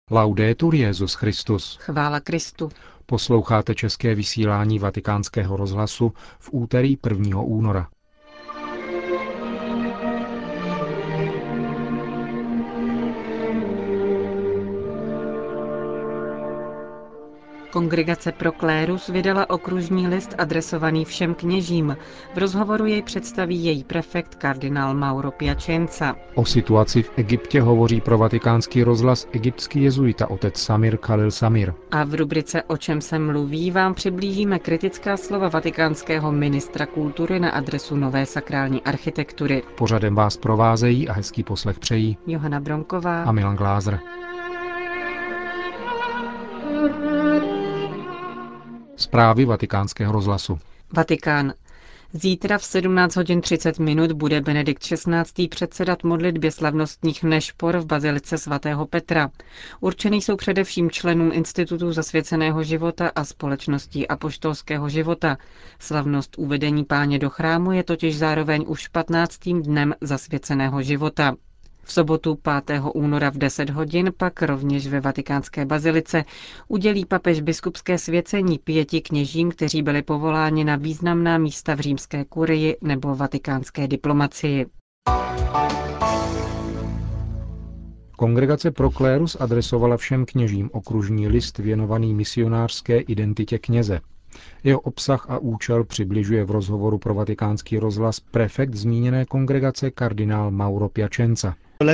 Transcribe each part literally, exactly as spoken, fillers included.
Laudetur Jesus Christus. Chvála Kristu. Posloucháte české vysílání Vatikánského rozhlasu v úterý prvního února. Kongregace pro klérus vydala okružní list adresovaný všem kněžím. V rozhovoru jej představí její prefekt kardinál Mauro Piacenza. O situaci v Egyptě hovoří pro Vatikánský rozhlas egyptský jezuita otec Samir Khalil Samir. A v rubrice O čem se mluví vám přiblížíme kritická slova vatikánského ministra kultury na adresu nové sakrální architektury. Pořadem vás provázejí a hezký poslech přejí Johana Bronková a Milan Glázer. Zprávy Vatikánského rozhlasu. Vatikán. Zítra v sedmnáct hodin třicet minut bude Benedikt šestnáctý předsedat modlitbě slavnostních nešpor v bazilice svatého Petra. Určený jsou především členům Institutu zasvěceného života a společností apoštolského života. Slavnost uvedení Páně do chrámu je totiž zároveň už patnáctým dnem zasvěceného života. V sobotu pátého února v deset hodin pak rovněž ve vatikánské bazilice udělí papež biskupské svěcení pěti kněžím, kteří byli povoláni na významná místa v římské kurii nebo vatikánské diplomacii. Kongregace pro klérus adresovala všem kněžím okružní list věnovaný misionářské identitě kněze. Jeho obsah a účel přibližuje v rozhovoru pro Vatikánský rozhlas prefekt zmíněné kongregace kardinál Mauro Piacenza.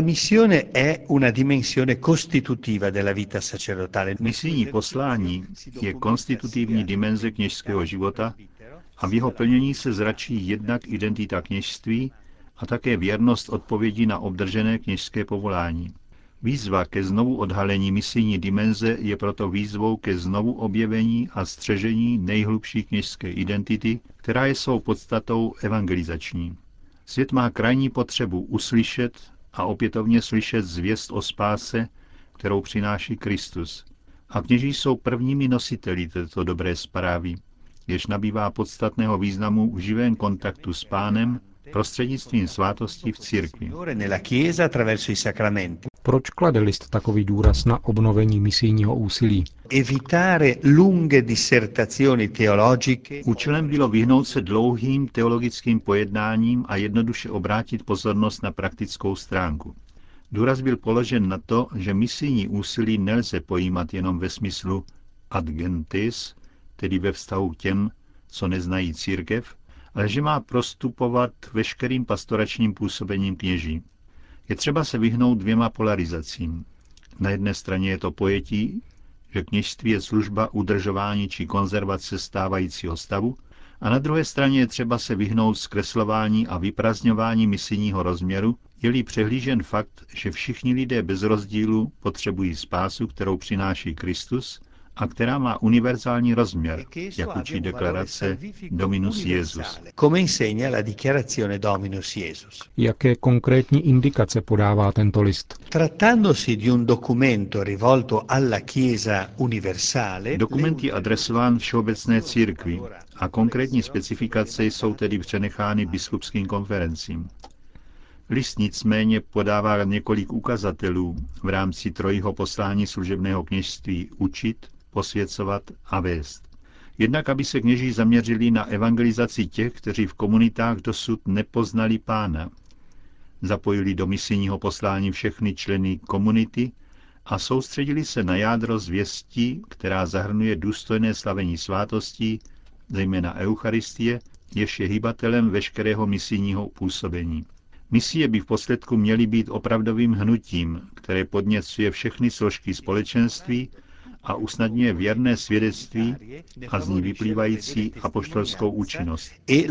Misijní poslání je konstitutivní dimenze kněžského života a v jeho plnění se zračí jednak identita kněžství a také věrnost odpovědi na obdržené kněžské povolání. Výzva ke znovu odhalení misijní dimenze je proto výzvou ke znovu objevení a střežení nejhlubší kněžské identity, která je svou podstatou evangelizační. Svět má krajní potřebu uslyšet a opětovně slyšet zvěst o spáse, kterou přináší Kristus. A kněží jsou prvními nositeli této dobré zprávy, jež nabývá podstatného významu v živém kontaktu s Pánem prostřednictvím svátostí v církvi. Proč klade list takový důraz na obnovení misijního úsilí? Účelem bylo vyhnout se dlouhým teologickým pojednáním a jednoduše obrátit pozornost na praktickou stránku. Důraz byl položen na to, že misijní úsilí nelze pojímat jenom ve smyslu ad gentes, tedy ve vztahu k těm, co neznají církev, ale že má prostupovat veškerým pastoračním působením kněží. Je třeba se vyhnout dvěma polarizacím. Na jedné straně je to pojetí, že kněžství je služba udržování či konzervace stávajícího stavu, a na druhé straně je třeba se vyhnout zkreslování a vyprazňování misijního rozměru, je-li přehlížen fakt, že všichni lidé bez rozdílu potřebují spásu, kterou přináší Kristus, a která má univerzální rozměr, jak učí deklarace Dominus Jesus. Jaké konkrétní indikace podává tento list? Dokument je adresován všeobecné církvi a konkrétní specifikace jsou tedy přenechány biskupským konferencím. List nicméně podává několik ukazatelů v rámci trojího poslání služebného kněžství učit, posvěcovat a vést. Jednak, aby se kněží zaměřili na evangelizaci těch, kteří v komunitách dosud nepoznali Pána. Zapojili do misijního poslání všechny členy komunity a soustředili se na jádro zvěsti, která zahrnuje důstojné slavení svátostí, zejména Eucharistie, jež je hybatelem veškerého misijního působení. Misie by v posledku měly být opravdovým hnutím, které podněcuje všechny složky společenství a usnadňuje věrné svědectví a z ní vyplývající apoštolskou účinnost.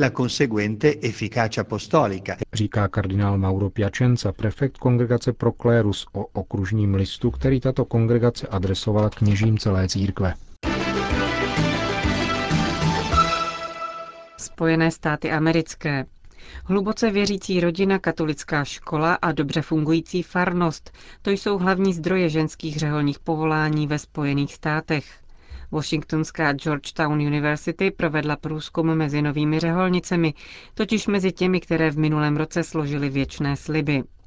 Říká kardinál Mauro Piacenza, prefekt kongregace pro klérus, o okružním listu, který tato kongregace adresovala kněžím celé církve. Spojené státy americké. Hluboce věřící rodina, katolická škola a dobře fungující farnost, to jsou hlavní zdroje ženských řeholních povolání ve Spojených státech. Washingtonská Georgetown University provedla průzkum mezi novými řeholnicemi, totiž mezi těmi, které v minulém roce složily věčné sliby.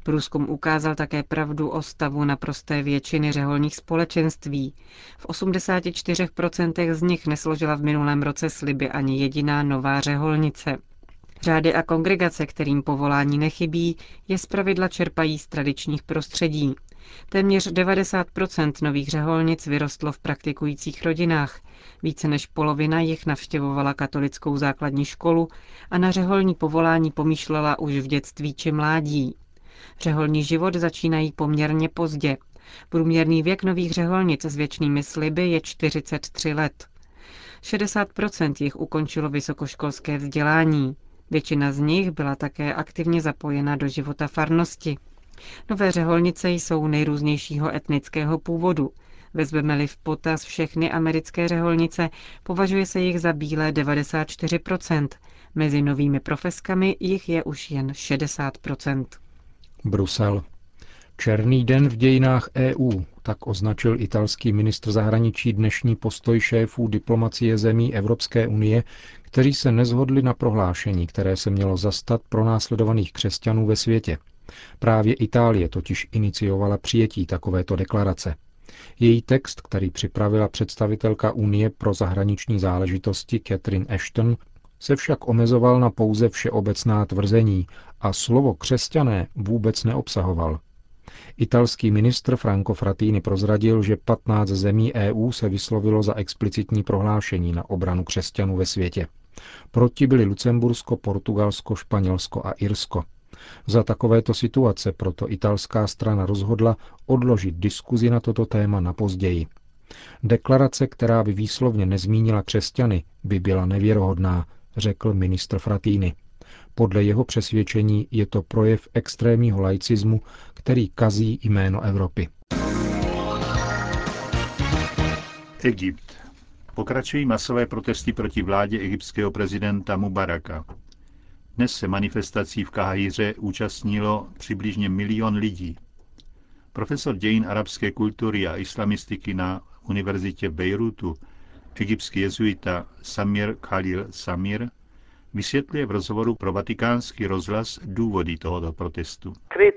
Průzkum ukázal také pravdu o stavu naprosté většiny řeholních společenství. V osmdesáti čtyřech procentech z nich nesložila v minulém roce sliby ani jediná nová řeholnice. Řády a kongregace, kterým povolání nechybí, je zpravidla čerpají z tradičních prostředí. Téměř devadesát procent nových řeholnic vyrostlo v praktikujících rodinách. Více než polovina jich navštěvovala katolickou základní školu a na řeholní povolání pomýšlela už v dětství či mládí. Řeholní život začínají poměrně pozdě. Průměrný věk nových řeholnic s věčnými sliby je čtyřicet tři let. šedesát procent jich ukončilo vysokoškolské vzdělání. Většina z nich byla také aktivně zapojena do života farnosti. Nové řeholnice jsou nejrůznějšího etnického původu. Vezmeme-li v potaz všechny americké řeholnice, považuje se jich za bílé devadesát čtyři procent. Mezi novými profeskami jich je už jen šedesát procent. Brusel. Černý den v dějinách E U, tak označil italský ministr zahraničí dnešní postoj šéfů diplomacie zemí Evropské unie, kteří se neshodli na prohlášení, které se mělo zastat pronásledovaných křesťanů ve světě. Právě Itálie totiž iniciovala přijetí takovéto deklarace. Její text, který připravila představitelka Unie pro zahraniční záležitosti Catherine Ashton, se však omezoval na pouze všeobecná tvrzení a slovo křesťané vůbec neobsahoval. Italský ministr Franco Frattini prozradil, že patnáct zemí E U se vyslovilo za explicitní prohlášení na obranu křesťanů ve světě. Proti byli Lucembursko, Portugalsko, Španělsko a Irsko. Za takovéto situace proto italská strana rozhodla odložit diskuzi na toto téma na později. Deklarace, která by výslovně nezmínila křesťany, by byla nevěrohodná, řekl ministr Frattini. Podle jeho přesvědčení je to projev extrémního laicismu, který kazí jméno Evropy. Egypt. Pokračují masové protesty proti vládě egyptského prezidenta Mubaraka. Dnes se manifestací v Káhiře účastnilo přibližně milion lidí. Profesor dějin arabské kultury a islamistiky na univerzitě v Bejrutu, egyptský jezuita Samir Khalil Samir, vysvětluje v rozhovoru pro Vatikánský rozhlas důvody tohoto protestu.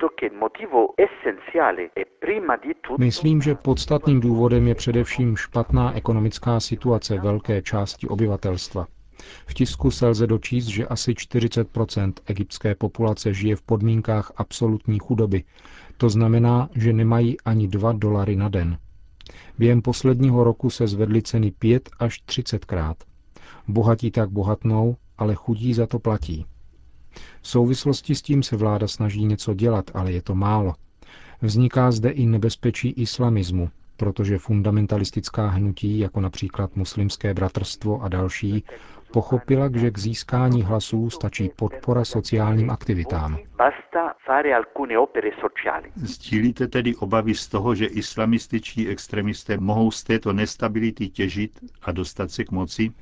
Myslím, že podstatným důvodem je především špatná ekonomická situace velké části obyvatelstva. V tisku se lze dočíst, že asi čtyřicet procent egyptské populace žije v podmínkách absolutní chudoby. To znamená, že nemají ani dva dolary na den. Během posledního roku se zvedly ceny pět až třicetkrát. Bohatí tak bohatnou, ale chudí za to platí. V souvislosti s tím se vláda snaží něco dělat, ale je to málo. Vzniká zde i nebezpečí islamismu, protože fundamentalistická hnutí, jako například Muslimské bratrstvo a další, pochopila, že k získání hlasů stačí podpora sociálním aktivitám. Sdílíte tedy obavy z toho, že islamističtí extremisté mohou z této nestability těžit a dostat se k moci?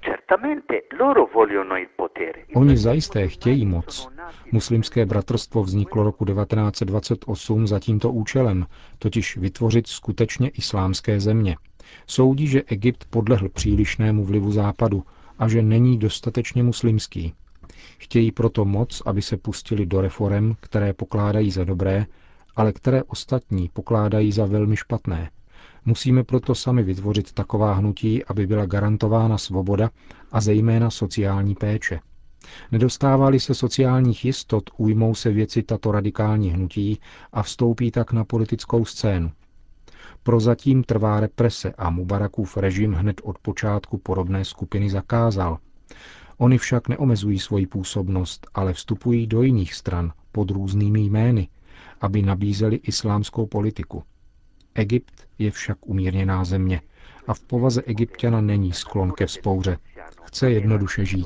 Oni zajisté chtějí moc. Muslimské bratrstvo vzniklo roku devatenáct set dvacet osm za tímto účelem, totiž vytvořit skutečně islámské země. Soudí, že Egypt podlehl přílišnému vlivu západu a že není dostatečně muslimský. Chtějí proto moc, aby se pustili do reforem, které pokládají za dobré, ale které ostatní pokládají za velmi špatné. Musíme proto sami vytvořit taková hnutí, aby byla garantována svoboda a zejména sociální péče. Nedostává-li se sociálních jistot, ujmou se věci tato radikální hnutí a vstoupí tak na politickou scénu. Prozatím trvá represe a Mubarakův režim hned od počátku podobné skupiny zakázal. Oni však neomezují svoji působnost, ale vstupují do jiných stran pod různými jmény, aby nabízeli islámskou politiku. Egypt je však umírněná země a v povaze Egypťana není sklon ke vzpouře. Chce jednoduše žít.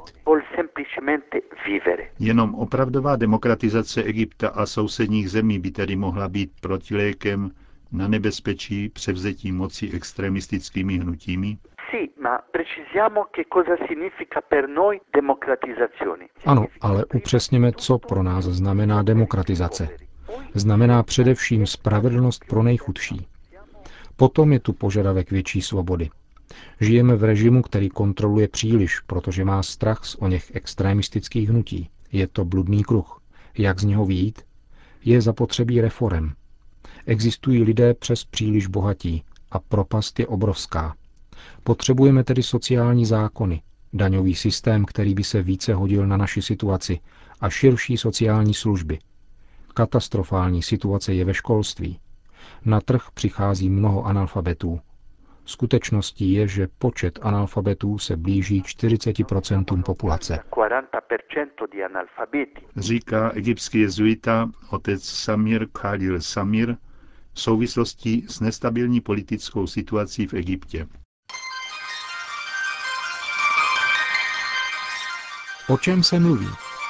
Jenom opravdová demokratizace Egypta a sousedních zemí by tedy mohla být protilékem na nebezpečí převzetí moci extremistickými hnutími? Ano, ale upřesněme, co pro nás znamená demokratizace. Znamená především spravedlnost pro nejchudší. Potom je tu požadavek větší svobody. Žijeme v režimu, který kontroluje příliš, protože má strach z oněch extremistických hnutí. Je to bludný kruh. Jak z něho vyjít? Je zapotřebí reforem. Existují lidé přes příliš bohatí a propast je obrovská. Potřebujeme tedy sociální zákony, daňový systém, který by se více hodil na naši situaci, a širší sociální služby. Katastrofální situace je ve školství. Na trh přichází mnoho analfabetů. Skutečností je, že počet analfabetů se blíží čtyřiceti procentům populace. Říká egyptský jezuita otec Samir Khalil Samir v souvislosti s nestabilní politickou situací v Egyptě. O čem se mluví?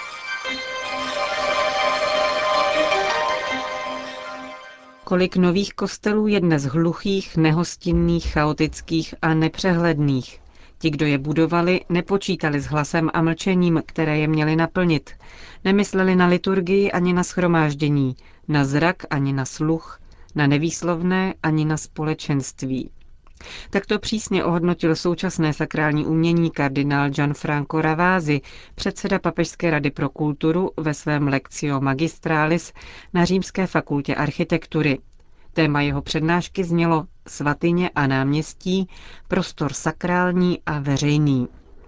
Kolik nových kostelů je dnes hluchých, nehostinných, chaotických a nepřehledných. Ti, kdo je budovali, nepočítali s hlasem a mlčením, které je měli naplnit. Nemysleli na liturgii ani na shromáždění, na zrak ani na sluch, na nevýslovné ani na společenství. Takto přísně ohodnotil současné sakrální umění kardinál Gianfranco Ravasi, předseda Papežské rady pro kulturu, ve svém Lectio Magistralis na Římské fakultě architektury. Téma jeho přednášky znělo Svatyně a náměstí, prostor sakrální a veřejný.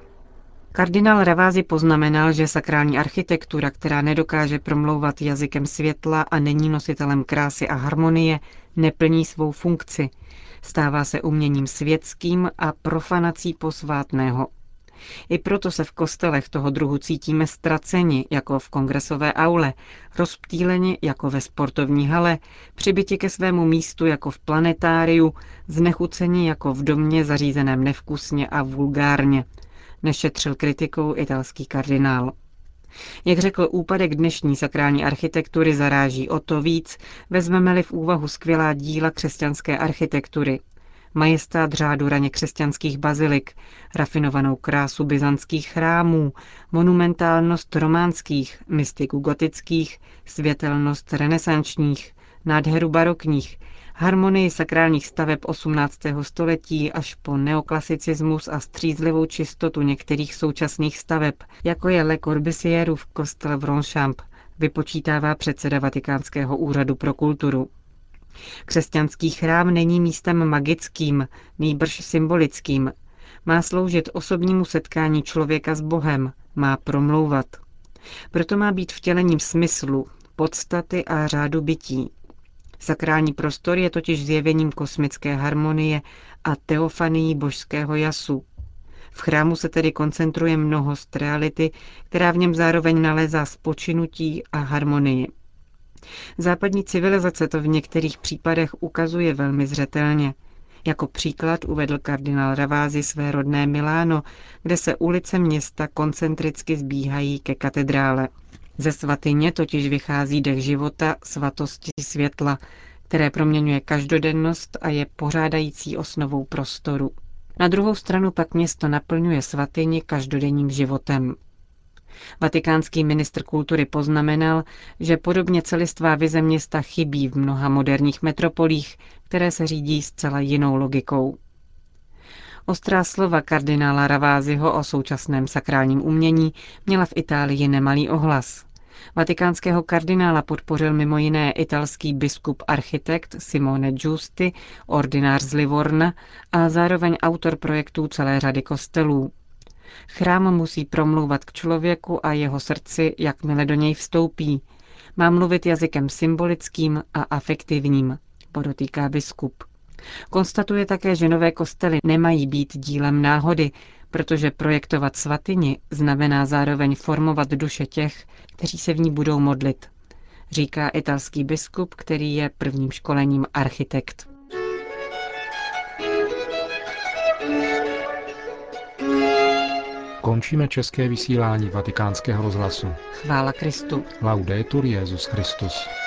Kardinál Ravasi poznamenal, že sakrální architektura, která nedokáže promlouvat jazykem světla a není nositelem krásy a harmonie, neplní svou funkci. Stává se uměním světským a profanací posvátného. I proto se v kostelech toho druhu cítíme ztraceni, jako v kongresové aule, rozptýleni jako ve sportovní hale, přibyti ke svému místu jako v planetáriu, znechuceni jako v domě zařízeném nevkusně a vulgárně, nešetřil kritikou italský kardinál. Jak řekl, úpadek dnešní sakrální architektury zaráží o to víc, vezmeme-li v úvahu skvělá díla křesťanské architektury. Majestát řádu raně křesťanských bazilik, rafinovanou krásu byzantských chrámů, monumentálnost románských, mystiku gotických, světelnost renesančních, nádheru barokních, harmonii sakrálních staveb osmnáctého století až po neoklasicismus a střízlivou čistotu některých současných staveb, jako je Le Corbusierův kostel v Ronchamp, vypočítává předseda Vatikánského úřadu pro kulturu. Křesťanský chrám není místem magickým, nýbrž symbolickým. Má sloužit osobnímu setkání člověka s Bohem, má promlouvat. Proto má být vtělením smyslu, podstaty a řádu bytí. Sakrální prostor je totiž zjevením kosmické harmonie a teofanií božského jasu. V chrámu se tedy koncentruje mnohost reality, která v něm zároveň nalézá spočinutí a harmonii. Západní civilizace to v některých případech ukazuje velmi zřetelně. Jako příklad uvedl kardinál Ravasi své rodné Miláno, kde se ulice města koncentricky zbíhají ke katedrále. Ze svatyně totiž vychází dech života, svatosti světla, které proměňuje každodennost a je pořádající osnovou prostoru. Na druhou stranu pak město naplňuje svatyni každodenním životem. Vatikánský ministr kultury poznamenal, že podobně celistvá vize města chybí v mnoha moderních metropolích, které se řídí zcela jinou logikou. Ostrá slova kardinála Ravasiho o současném sakrálním umění měla v Itálii nemalý ohlas. Vatikánského kardinála podpořil mimo jiné italský biskup architekt Simone Giusti, ordinář z Livorna a zároveň autor projektů celé řady kostelů. Chrám musí promlouvat k člověku a jeho srdci, jakmile do něj vstoupí. Má mluvit jazykem symbolickým a afektivním, podotýká biskup. Konstatuje také, že nové kostely nemají být dílem náhody, protože projektovat svatyni znamená zároveň formovat duše těch, kteří se v ní budou modlit, říká italský biskup, který je prvním školením architekt. Končíme české vysílání Vatikánského rozhlasu. Chvála Kristu. Laudetur Jesus Christus.